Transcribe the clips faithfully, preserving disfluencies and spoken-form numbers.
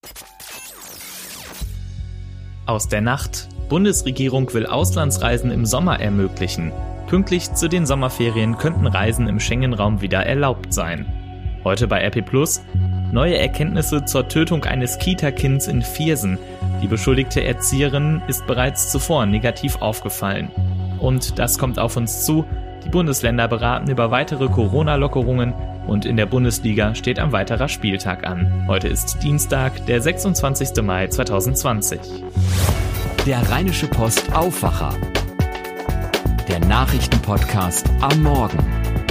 Aus der Nacht. Bundesregierung will Auslandsreisen im Sommer ermöglichen. Pünktlich zu den Sommerferien könnten Reisen im Schengen-Raum wieder erlaubt sein. Heute bei R P Plus. Neue Erkenntnisse zur Tötung eines Kita-Kinds in Viersen. Die beschuldigte Erzieherin ist bereits zuvor negativ aufgefallen. Und das kommt auf uns zu. Die Bundesländer beraten über weitere Corona-Lockerungen und in der Bundesliga steht ein weiterer Spieltag an. Heute ist Dienstag, der sechsundzwanzigster Mai zweitausendzwanzig. Der Rheinische Post Aufwacher. Der Nachrichtenpodcast am Morgen.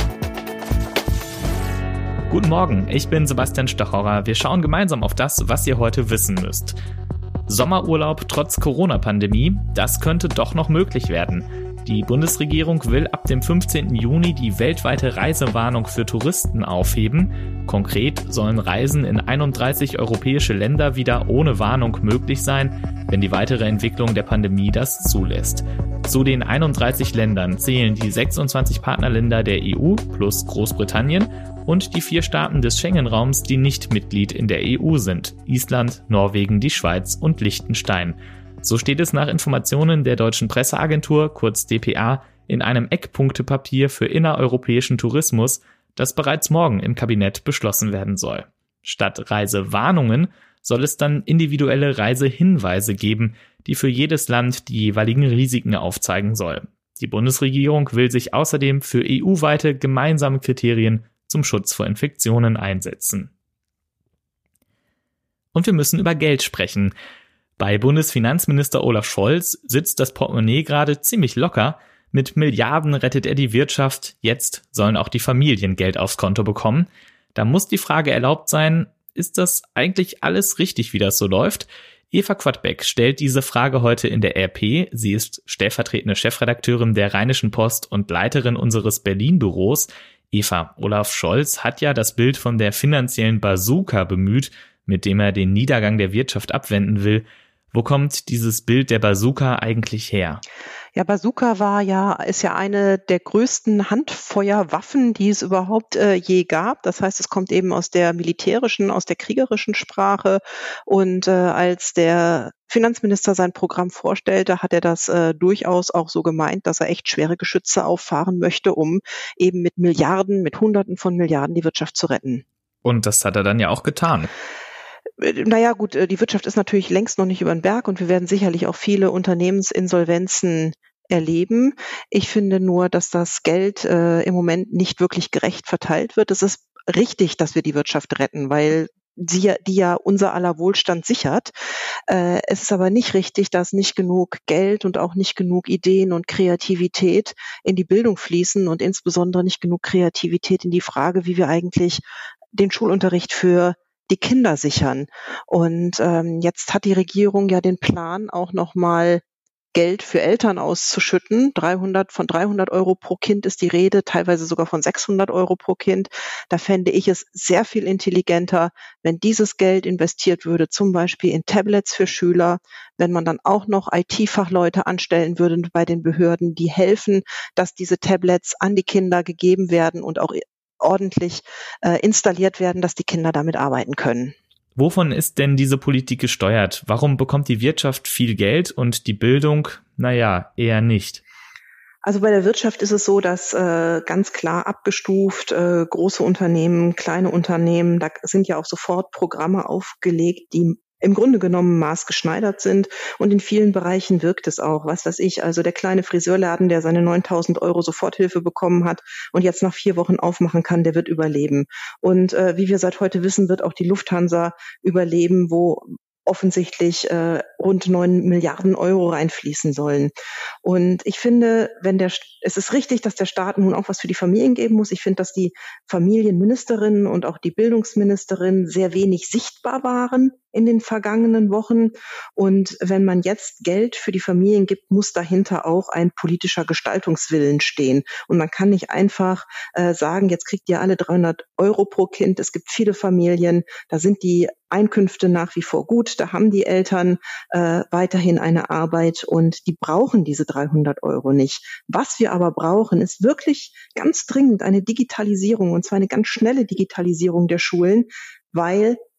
Guten Morgen, ich bin Sebastian Stachorer. Wir schauen gemeinsam auf das, was ihr heute wissen müsst. Sommerurlaub trotz Corona-Pandemie, das könnte doch noch möglich werden. Die Bundesregierung will ab dem fünfzehnten Juni die weltweite Reisewarnung für Touristen aufheben. Konkret sollen Reisen in einunddreißig europäische Länder wieder ohne Warnung möglich sein, wenn die weitere Entwicklung der Pandemie das zulässt. Zu den einunddreißig Ländern zählen die sechsundzwanzig Partnerländer der E U plus Großbritannien und die vier Staaten des Schengen-Raums, die nicht Mitglied in der E U sind: Island, Norwegen, die Schweiz und Liechtenstein. So steht es nach Informationen der Deutschen Presseagentur, kurz D P A, in einem Eckpunktepapier für innereuropäischen Tourismus, das bereits morgen im Kabinett beschlossen werden soll. Statt Reisewarnungen soll es dann individuelle Reisehinweise geben, die für jedes Land die jeweiligen Risiken aufzeigen soll. Die Bundesregierung will sich außerdem für E U-weite gemeinsame Kriterien zum Schutz vor Infektionen einsetzen. Und wir müssen über Geld sprechen. Bei Bundesfinanzminister Olaf Scholz sitzt das Portemonnaie gerade ziemlich locker. Mit Milliarden rettet er die Wirtschaft. Jetzt sollen auch die Familien Geld aufs Konto bekommen. Da muss die Frage erlaubt sein, ist das eigentlich alles richtig, wie das so läuft? Eva Quadbeck stellt diese Frage heute in der R P. Sie ist stellvertretende Chefredakteurin der Rheinischen Post und Leiterin unseres Berlin-Büros. Eva, Olaf Scholz hat ja das Bild von der finanziellen Bazooka bemüht, mit dem er den Niedergang der Wirtschaft abwenden will. Wo kommt dieses Bild der Bazooka eigentlich her? Ja, Bazooka war ja, ist ja eine der größten Handfeuerwaffen, die es überhaupt äh, je gab. Das heißt, es kommt eben aus der militärischen, aus der kriegerischen Sprache. Und äh, als der Finanzminister sein Programm vorstellte, hat er das äh, durchaus auch so gemeint, dass er echt schwere Geschütze auffahren möchte, um eben mit Milliarden, mit Hunderten von Milliarden die Wirtschaft zu retten. Und das hat er dann ja auch getan. Naja, gut, die Wirtschaft ist natürlich längst noch nicht über den Berg und wir werden sicherlich auch viele Unternehmensinsolvenzen erleben. Ich finde nur, dass das Geld äh, im Moment nicht wirklich gerecht verteilt wird. Es ist richtig, dass wir die Wirtschaft retten, weil die, die ja unser aller Wohlstand sichert. Äh, es ist aber nicht richtig, dass nicht genug Geld und auch nicht genug Ideen und Kreativität in die Bildung fließen und insbesondere nicht genug Kreativität in die Frage, wie wir eigentlich den Schulunterricht für die Kinder sichern. Und ähm, jetzt hat die Regierung ja den Plan, auch nochmal Geld für Eltern auszuschütten. dreihundert, von dreihundert Euro pro Kind ist die Rede, teilweise sogar von sechshundert Euro pro Kind. Da fände ich es sehr viel intelligenter, wenn dieses Geld investiert würde, zum Beispiel in Tablets für Schüler, wenn man dann auch noch I T-Fachleute anstellen würde bei den Behörden, die helfen, dass diese Tablets an die Kinder gegeben werden und auch ordentlich äh, installiert werden, dass die Kinder damit arbeiten können. Wovon ist denn diese Politik gesteuert? Warum bekommt die Wirtschaft viel Geld und die Bildung, naja, eher nicht? Also bei der Wirtschaft ist es so, dass äh, ganz klar abgestuft, äh, große Unternehmen, kleine Unternehmen, da sind ja auch sofort Programme aufgelegt, die im Grunde genommen maßgeschneidert sind und in vielen Bereichen wirkt es auch. Was weiß ich, also der kleine Friseurladen, der seine neuntausend Euro Soforthilfe bekommen hat und jetzt nach vier Wochen aufmachen kann, der wird überleben. Und äh, wie wir seit heute wissen, wird auch die Lufthansa überleben, wo offensichtlich äh, rund neun Milliarden Euro reinfließen sollen. Und ich finde, wenn der, es ist richtig, dass der Staat nun auch was für die Familien geben muss. Ich finde, dass die Familienministerin und auch die Bildungsministerin sehr wenig sichtbar waren in den vergangenen Wochen. Und wenn man jetzt Geld für die Familien gibt, muss dahinter auch ein politischer Gestaltungswillen stehen. Und man kann nicht einfach äh, sagen, jetzt kriegt ihr alle dreihundert Euro pro Kind. Es gibt viele Familien, da sind die Einkünfte nach wie vor gut, da haben die Eltern äh, weiterhin eine Arbeit und die brauchen diese dreihundert Euro nicht. Was wir aber brauchen, ist wirklich ganz dringend eine Digitalisierung, und zwar eine ganz schnelle Digitalisierung der Schulen, weil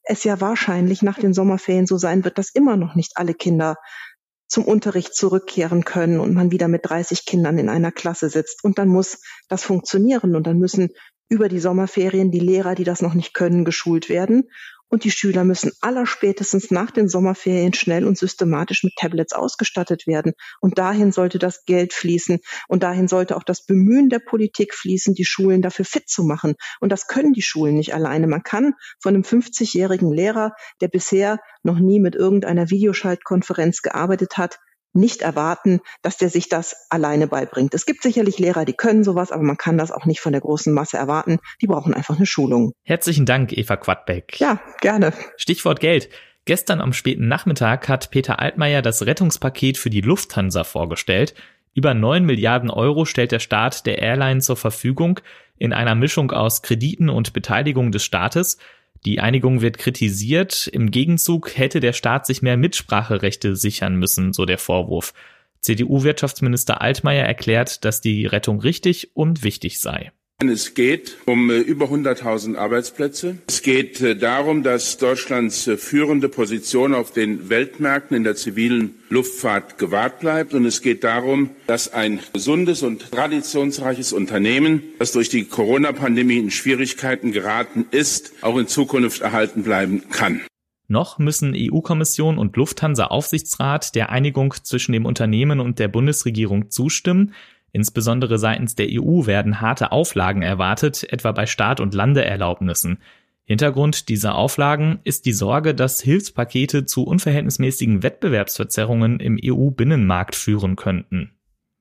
es ja wahrscheinlich nach den Sommerferien so sein wird, dass immer noch nicht alle Kinder zum Unterricht zurückkehren können und man wieder mit dreißig Kindern in einer Klasse sitzt. Und dann muss das funktionieren und dann müssen über die Sommerferien die Lehrer, die das noch nicht können, geschult werden. Und die Schüler müssen allerspätestens nach den Sommerferien schnell und systematisch mit Tablets ausgestattet werden. Und dahin sollte das Geld fließen. Und dahin sollte auch das Bemühen der Politik fließen, die Schulen dafür fit zu machen. Und das können die Schulen nicht alleine. Man kann von einem fünfzigjährigen Lehrer, der bisher noch nie mit irgendeiner Videoschaltkonferenz gearbeitet hat, nicht erwarten, dass der sich das alleine beibringt. Es gibt sicherlich Lehrer, die können sowas, aber man kann das auch nicht von der großen Masse erwarten. Die brauchen einfach eine Schulung. Herzlichen Dank, Eva Quadbeck. Ja, gerne. Stichwort Geld. Gestern am späten Nachmittag hat Peter Altmaier das Rettungspaket für die Lufthansa vorgestellt. Über neun Milliarden Euro stellt der Staat der Airline zur Verfügung in einer Mischung aus Krediten und Beteiligung des Staates. Die Einigung wird kritisiert. Im Gegenzug hätte der Staat sich mehr Mitspracherechte sichern müssen, so der Vorwurf. C D U-Wirtschaftsminister Altmaier erklärt, dass die Rettung richtig und wichtig sei. Es geht um über hunderttausend Arbeitsplätze. Es geht darum, dass Deutschlands führende Position auf den Weltmärkten in der zivilen Luftfahrt gewahrt bleibt. Und es geht darum, dass ein gesundes und traditionsreiches Unternehmen, das durch die Corona-Pandemie in Schwierigkeiten geraten ist, auch in Zukunft erhalten bleiben kann. Noch müssen E U-Kommission und Lufthansa-Aufsichtsrat der Einigung zwischen dem Unternehmen und der Bundesregierung zustimmen. Insbesondere seitens der E U werden harte Auflagen erwartet, etwa bei Start- und Landeerlaubnissen. Hintergrund dieser Auflagen ist die Sorge, dass Hilfspakete zu unverhältnismäßigen Wettbewerbsverzerrungen im E U-Binnenmarkt führen könnten.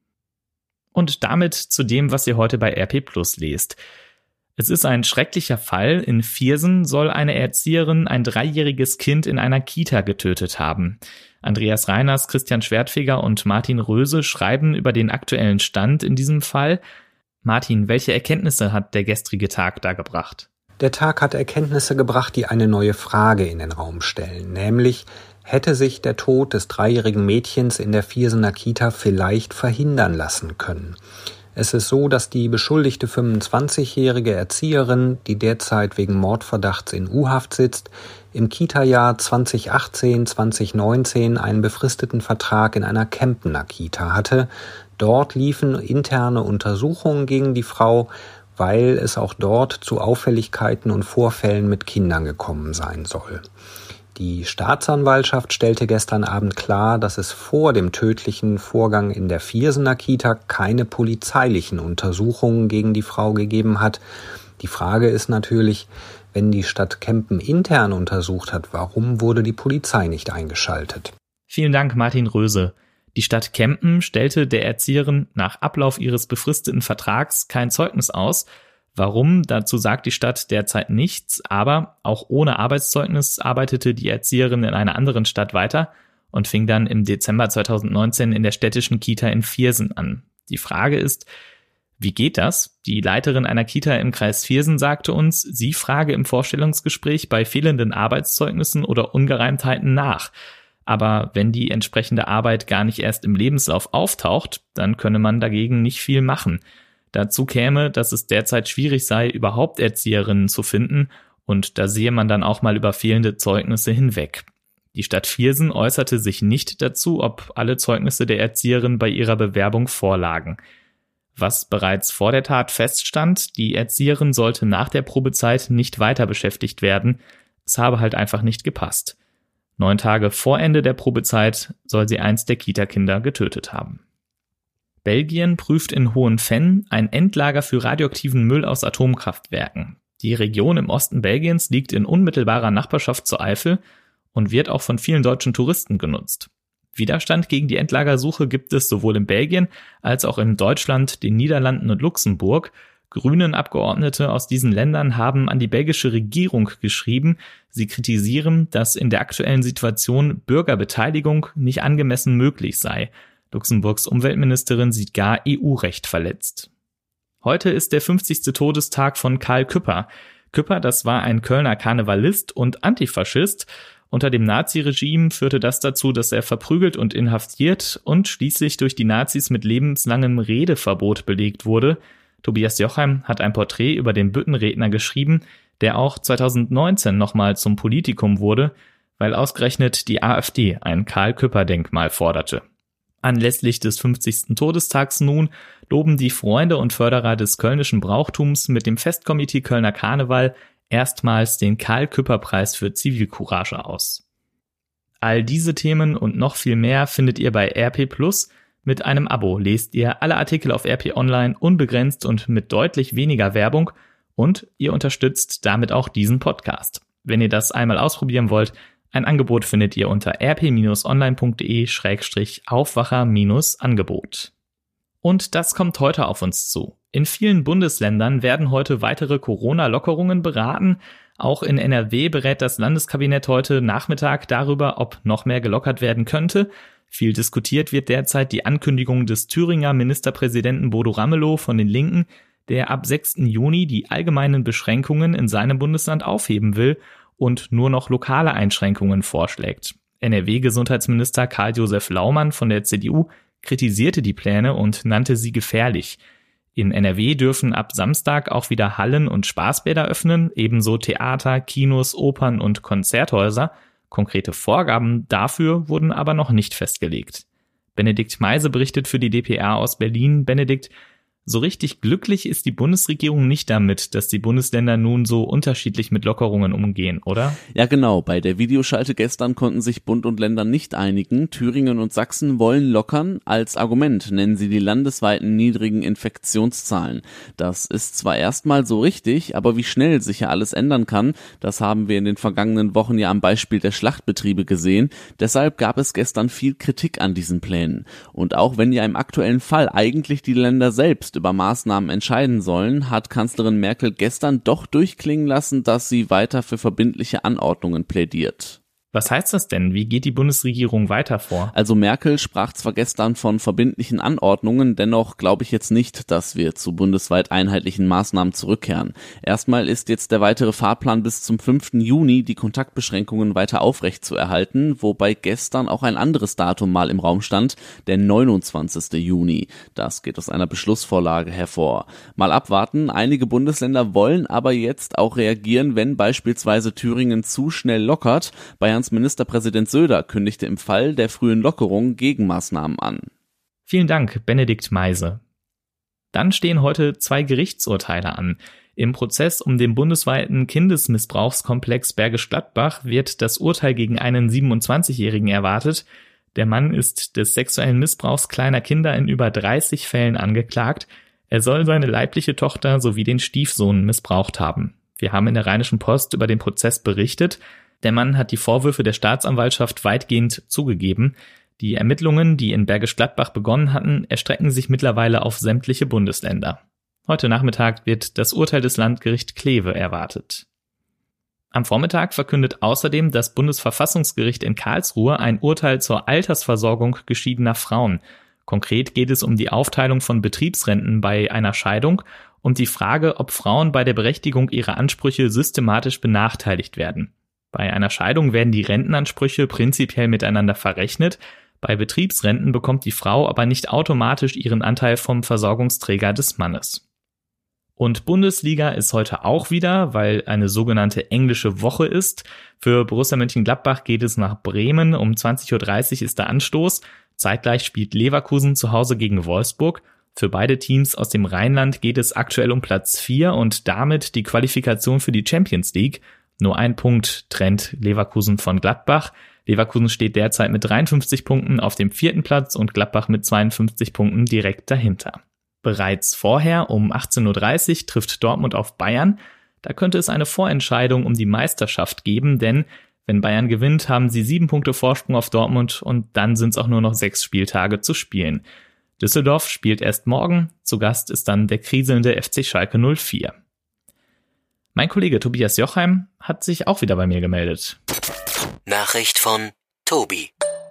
Und damit zu dem, was ihr heute bei R P Plus lest. Es ist ein schrecklicher Fall. In Viersen soll eine Erzieherin ein dreijähriges Kind in einer Kita getötet haben. Andreas Reiners, Christian Schwertfeger und Martin Röse schreiben über den aktuellen Stand in diesem Fall. Martin, welche Erkenntnisse hat der gestrige Tag da gebracht? Der Tag hat Erkenntnisse gebracht, die eine neue Frage in den Raum stellen, nämlich: Hätte sich der Tod des dreijährigen Mädchens in der Viersener Kita vielleicht verhindern lassen können? Es ist so, dass die beschuldigte fünfundzwanzigjährige Erzieherin, die derzeit wegen Mordverdachts in U-Haft sitzt, im Kita-Jahr zwanzig achtzehn zwanzig neunzehn einen befristeten Vertrag in einer Kempener Kita hatte. Dort liefen interne Untersuchungen gegen die Frau, weil es auch dort zu Auffälligkeiten und Vorfällen mit Kindern gekommen sein soll. Die Staatsanwaltschaft stellte gestern Abend klar, dass es vor dem tödlichen Vorgang in der Viersener Kita keine polizeilichen Untersuchungen gegen die Frau gegeben hat. Die Frage ist natürlich, wenn die Stadt Kempen intern untersucht hat, warum wurde die Polizei nicht eingeschaltet? Vielen Dank, Martin Röse. Die Stadt Kempen stellte der Erzieherin nach Ablauf ihres befristeten Vertrags kein Zeugnis aus. Warum? Dazu sagt die Stadt derzeit nichts, aber auch ohne Arbeitszeugnis arbeitete die Erzieherin in einer anderen Stadt weiter und fing dann im Dezember zweitausendneunzehn in der städtischen Kita in Viersen an. Die Frage ist, wie geht das? Die Leiterin einer Kita im Kreis Viersen sagte uns, sie frage im Vorstellungsgespräch bei fehlenden Arbeitszeugnissen oder Ungereimtheiten nach. Aber wenn die entsprechende Arbeit gar nicht erst im Lebenslauf auftaucht, dann könne man dagegen nicht viel machen. Dazu käme, dass es derzeit schwierig sei, überhaupt Erzieherinnen zu finden, und da sehe man dann auch mal über fehlende Zeugnisse hinweg. Die Stadt Viersen äußerte sich nicht dazu, ob alle Zeugnisse der Erzieherin bei ihrer Bewerbung vorlagen. Was bereits vor der Tat feststand, die Erzieherin sollte nach der Probezeit nicht weiter beschäftigt werden. Es habe halt einfach nicht gepasst. Neun Tage vor Ende der Probezeit soll sie eins der Kita-Kinder getötet haben. Belgien prüft in Hohenfenn ein Endlager für radioaktiven Müll aus Atomkraftwerken. Die Region im Osten Belgiens liegt in unmittelbarer Nachbarschaft zur Eifel und wird auch von vielen deutschen Touristen genutzt. Widerstand gegen die Endlagersuche gibt es sowohl in Belgien als auch in Deutschland, den Niederlanden und Luxemburg. Grünen-Abgeordnete aus diesen Ländern haben an die belgische Regierung geschrieben. Sie kritisieren, dass in der aktuellen Situation Bürgerbeteiligung nicht angemessen möglich sei. Luxemburgs Umweltministerin sieht gar E U-Recht verletzt. Heute ist der fünfzigste Todestag von Karl Küpper. Küpper, das war ein Kölner Karnevalist und Antifaschist. Unter dem Naziregime führte das dazu, dass er verprügelt und inhaftiert und schließlich durch die Nazis mit lebenslangem Redeverbot belegt wurde. Tobias Jochheim hat ein Porträt über den Büttenredner geschrieben. der auch zweitausendneunzehn nochmal zum Politikum wurde, weil ausgerechnet die AfD ein Karl-Küpper-Denkmal forderte. Anlässlich des fünfzigsten Todestags nun loben die Freunde und Förderer des kölnischen Brauchtums mit dem Festkomitee Kölner Karneval erstmals den Karl-Küpper-Preis für Zivilcourage aus. All diese Themen und noch viel mehr findet ihr bei R P Plus. Mit einem Abo lest ihr alle Artikel auf R P Online unbegrenzt und mit deutlich weniger Werbung und ihr unterstützt damit auch diesen Podcast. Wenn ihr das einmal ausprobieren wollt, ein Angebot findet ihr unter rp-online.de schrägstrich Aufwacher-Angebot. Und das kommt heute auf uns zu. In vielen Bundesländern werden heute weitere Corona-Lockerungen beraten. Auch in N R W berät das Landeskabinett heute Nachmittag darüber, ob noch mehr gelockert werden könnte. Viel diskutiert wird derzeit die Ankündigung des Thüringer Ministerpräsidenten Bodo Ramelow von den Linken, der ab sechsten Juni die allgemeinen Beschränkungen in seinem Bundesland aufheben will und nur noch lokale Einschränkungen vorschlägt. N R W-Gesundheitsminister Karl-Josef Laumann von der C D U kritisierte die Pläne und nannte sie gefährlich. In N R W dürfen ab Samstag auch wieder Hallen und Spaßbäder öffnen, ebenso Theater, Kinos, Opern und Konzerthäuser. Konkrete Vorgaben dafür wurden aber noch nicht festgelegt. Benedikt Meise berichtet für die D P R aus Berlin. Benedikt, so richtig glücklich ist die Bundesregierung nicht damit, dass die Bundesländer nun so unterschiedlich mit Lockerungen umgehen, oder? Ja genau, bei der Videoschalte gestern konnten sich Bund und Länder nicht einigen. Thüringen und Sachsen wollen lockern. Als Argument nennen sie die landesweiten niedrigen Infektionszahlen. Das ist zwar erstmal so richtig, aber wie schnell sich ja alles ändern kann, das haben wir in den vergangenen Wochen ja am Beispiel der Schlachtbetriebe gesehen. Deshalb gab es gestern viel Kritik an diesen Plänen. Und auch wenn ja im aktuellen Fall eigentlich die Länder selbst über Maßnahmen entscheiden sollen, hat Kanzlerin Merkel gestern doch durchklingen lassen, dass sie weiter für verbindliche Anordnungen plädiert. Was heißt das denn? Wie geht die Bundesregierung weiter vor? Also Merkel sprach zwar gestern von verbindlichen Anordnungen, dennoch glaube ich jetzt nicht, dass wir zu bundesweit einheitlichen Maßnahmen zurückkehren. Erstmal ist jetzt der weitere Fahrplan bis zum fünften Juni, die Kontaktbeschränkungen weiter aufrechtzuerhalten, wobei gestern auch ein anderes Datum mal im Raum stand, der neunundzwanzigsten Juni. Das geht aus einer Beschlussvorlage hervor. Mal abwarten, einige Bundesländer wollen aber jetzt auch reagieren, wenn beispielsweise Thüringen zu schnell lockert. Bayerns Ministerpräsident Söder kündigte im Fall der frühen Lockerung Gegenmaßnahmen an. Vielen Dank, Benedikt Meise. Dann stehen heute zwei Gerichtsurteile an. Im Prozess um den bundesweiten Kindesmissbrauchskomplex Bergisch Gladbach wird das Urteil gegen einen siebenundzwanzigjährigen erwartet. Der Mann ist des sexuellen Missbrauchs kleiner Kinder in über dreißig Fällen angeklagt. Er soll seine leibliche Tochter sowie den Stiefsohn missbraucht haben. Wir haben in der Rheinischen Post über den Prozess berichtet. Der Mann hat die Vorwürfe der Staatsanwaltschaft weitgehend zugegeben. Die Ermittlungen, die in Bergisch Gladbach begonnen hatten, erstrecken sich mittlerweile auf sämtliche Bundesländer. Heute Nachmittag wird das Urteil des Landgerichts Kleve erwartet. Am Vormittag verkündet außerdem das Bundesverfassungsgericht in Karlsruhe ein Urteil zur Altersversorgung geschiedener Frauen. Konkret geht es um die Aufteilung von Betriebsrenten bei einer Scheidung und die Frage, ob Frauen bei der Berechtigung ihrer Ansprüche systematisch benachteiligt werden. Bei einer Scheidung werden die Rentenansprüche prinzipiell miteinander verrechnet. Bei Betriebsrenten bekommt die Frau aber nicht automatisch ihren Anteil vom Versorgungsträger des Mannes. Und Bundesliga ist heute auch wieder, weil eine sogenannte englische Woche ist. Für Borussia Mönchengladbach geht es nach Bremen. Um zwanzig Uhr dreißig ist der Anstoß. Zeitgleich spielt Leverkusen zu Hause gegen Wolfsburg. Für beide Teams aus dem Rheinland geht es aktuell um Platz vier und damit die Qualifikation für die Champions League. Nur ein Punkt trennt Leverkusen von Gladbach. Leverkusen steht derzeit mit dreiundfünfzig Punkten auf dem vierten Platz und Gladbach mit zweiundfünfzig Punkten direkt dahinter. Bereits vorher um achtzehn Uhr dreißig trifft Dortmund auf Bayern. Da könnte es eine Vorentscheidung um die Meisterschaft geben, denn wenn Bayern gewinnt, haben sie sieben Punkte Vorsprung auf Dortmund und dann sind es auch nur noch sechs Spieltage zu spielen. Düsseldorf spielt erst morgen, zu Gast ist dann der kriselnde F C Schalke null vier. Mein Kollege Tobias Jochheim hat sich auch wieder bei mir gemeldet. Nachricht von Tobi.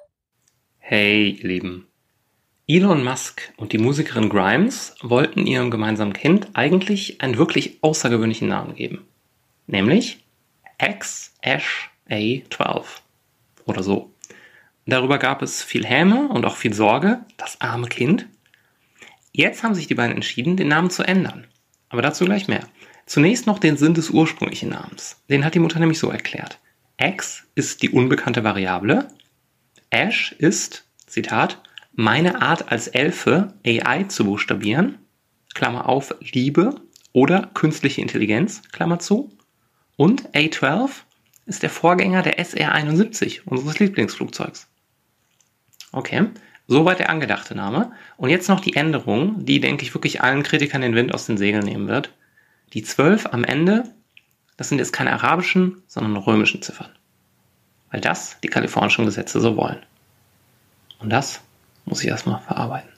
Hey, ihr Lieben. Elon Musk und die Musikerin Grimes wollten ihrem gemeinsamen Kind eigentlich einen wirklich außergewöhnlichen Namen geben. Nämlich X Ash A zwölf oder so. Darüber gab es viel Häme und auch viel Sorge, das arme Kind. Jetzt haben sich die beiden entschieden, den Namen zu ändern. Aber dazu gleich mehr. Zunächst noch den Sinn des ursprünglichen Namens. Den hat die Mutter nämlich so erklärt. X ist die unbekannte Variable. Ash ist, Zitat, meine Art als Elfe, A I zu buchstabieren, Klammer auf, Liebe oder künstliche Intelligenz, Klammer zu. Und A zwölf ist der Vorgänger der S R einundsiebzig, unseres Lieblingsflugzeugs. Okay, soweit der angedachte Name. Und jetzt noch die Änderung, die, denke ich, wirklich allen Kritikern den Wind aus den Segeln nehmen wird. Die zwölf am Ende, das sind jetzt keine arabischen, sondern römischen Ziffern. Weil das die kalifornischen Gesetze so wollen. Und das muss ich erstmal verarbeiten.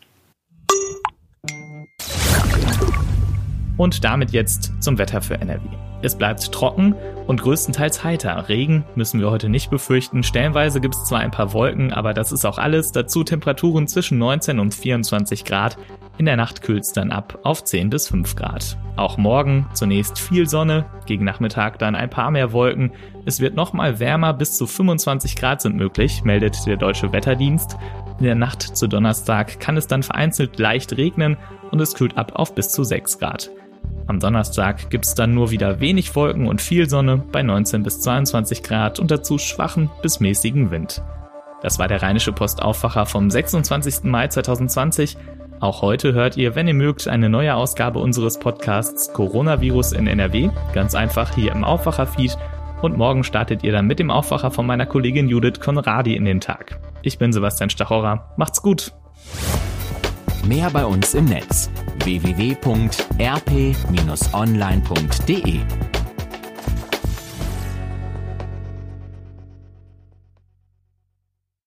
Und damit jetzt zum Wetter für N R W. Es bleibt trocken und größtenteils heiter. Regen müssen wir heute nicht befürchten. Stellenweise gibt es zwar ein paar Wolken, aber das ist auch alles. Dazu Temperaturen zwischen neunzehn und vierundzwanzig Grad. In der Nacht kühlt es dann ab auf zehn bis fünf Grad. Auch morgen zunächst viel Sonne, gegen Nachmittag dann ein paar mehr Wolken. Es wird nochmal wärmer, bis zu fünfundzwanzig Grad sind möglich, meldet der Deutsche Wetterdienst. In der Nacht zu Donnerstag kann es dann vereinzelt leicht regnen und es kühlt ab auf bis zu sechs Grad. Am Donnerstag gibt es dann nur wieder wenig Wolken und viel Sonne bei neunzehn bis zweiundzwanzig Grad und dazu schwachen bis mäßigen Wind. Das war der Rheinische Post Aufwacher vom sechsundzwanzigsten Mai zweitausendzwanzig. Auch heute hört ihr, wenn ihr mögt, eine neue Ausgabe unseres Podcasts Coronavirus in N R W. Ganz einfach hier im Aufwacher-Feed. Und morgen startet ihr dann mit dem Aufwacher von meiner Kollegin Judith Konradi in den Tag. Ich bin Sebastian Stachorra. Macht's gut! Mehr bei uns im Netz w w w punkt r p Bindestrich online punkt d e